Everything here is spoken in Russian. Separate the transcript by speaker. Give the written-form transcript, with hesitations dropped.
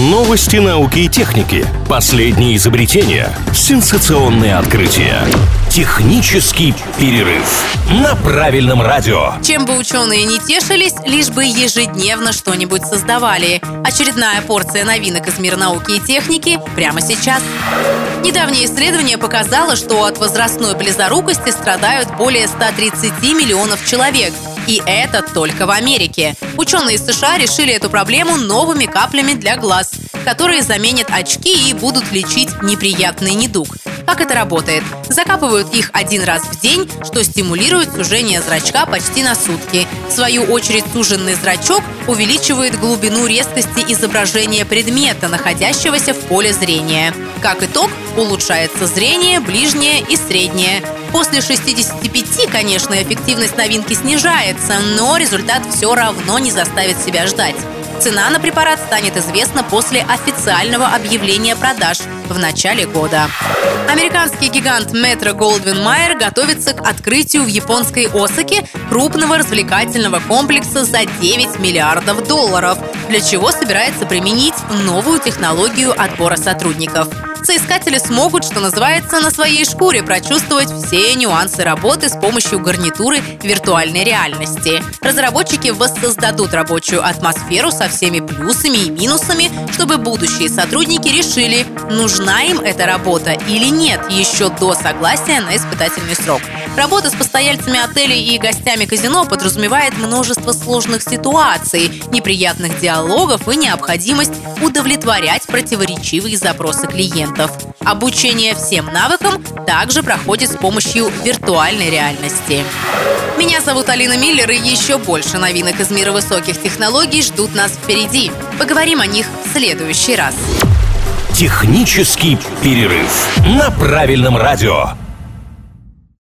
Speaker 1: Новости науки и техники, последние изобретения, сенсационные открытия. Технический перерыв на правильном радио.
Speaker 2: Чем бы ученые не тешились, лишь бы ежедневно что-нибудь создавали. Очередная порция новинок из мира науки и техники прямо сейчас. Недавнее исследование показало, что от возрастной близорукости страдают более 130 миллионов человек. И это только в Америке. Ученые из США решили эту проблему новыми каплями для глаз, которые заменят очки и будут лечить неприятный недуг. Как это работает? Закапывают их один раз в день, что стимулирует сужение зрачка почти на сутки. В свою очередь, суженный зрачок увеличивает глубину резкости изображения предмета, находящегося в поле зрения. Как итог, улучшается зрение, ближнее и среднее. После 65, конечно, эффективность новинки снижается, но результат все равно не заставит себя ждать. Цена на препарат станет известна после официального объявления продаж в начале года. Американский гигант Metro-Goldwyn-Mayer готовится к открытию в японской Осаке крупного развлекательного комплекса за $9 миллиардов, для чего собирается применить новую технологию отбора сотрудников. Соискатели смогут, что называется, на своей шкуре прочувствовать все нюансы работы с помощью гарнитуры виртуальной реальности. Разработчики воссоздадут рабочую атмосферу со всеми плюсами и минусами, чтобы будущие сотрудники решили, нужна им эта работа или нет, еще до согласия на испытательный срок. Работа с постояльцами отелей и гостями казино подразумевает множество сложных ситуаций, неприятных диалогов и необходимость удовлетворять противоречивые запросы клиентов. Обучение всем навыкам также проходит с помощью виртуальной реальности. Меня зовут Алина Миллер, и еще больше новинок из мира высоких технологий ждут нас впереди. Поговорим о них в следующий раз.
Speaker 1: Технический перерыв на правильном радио.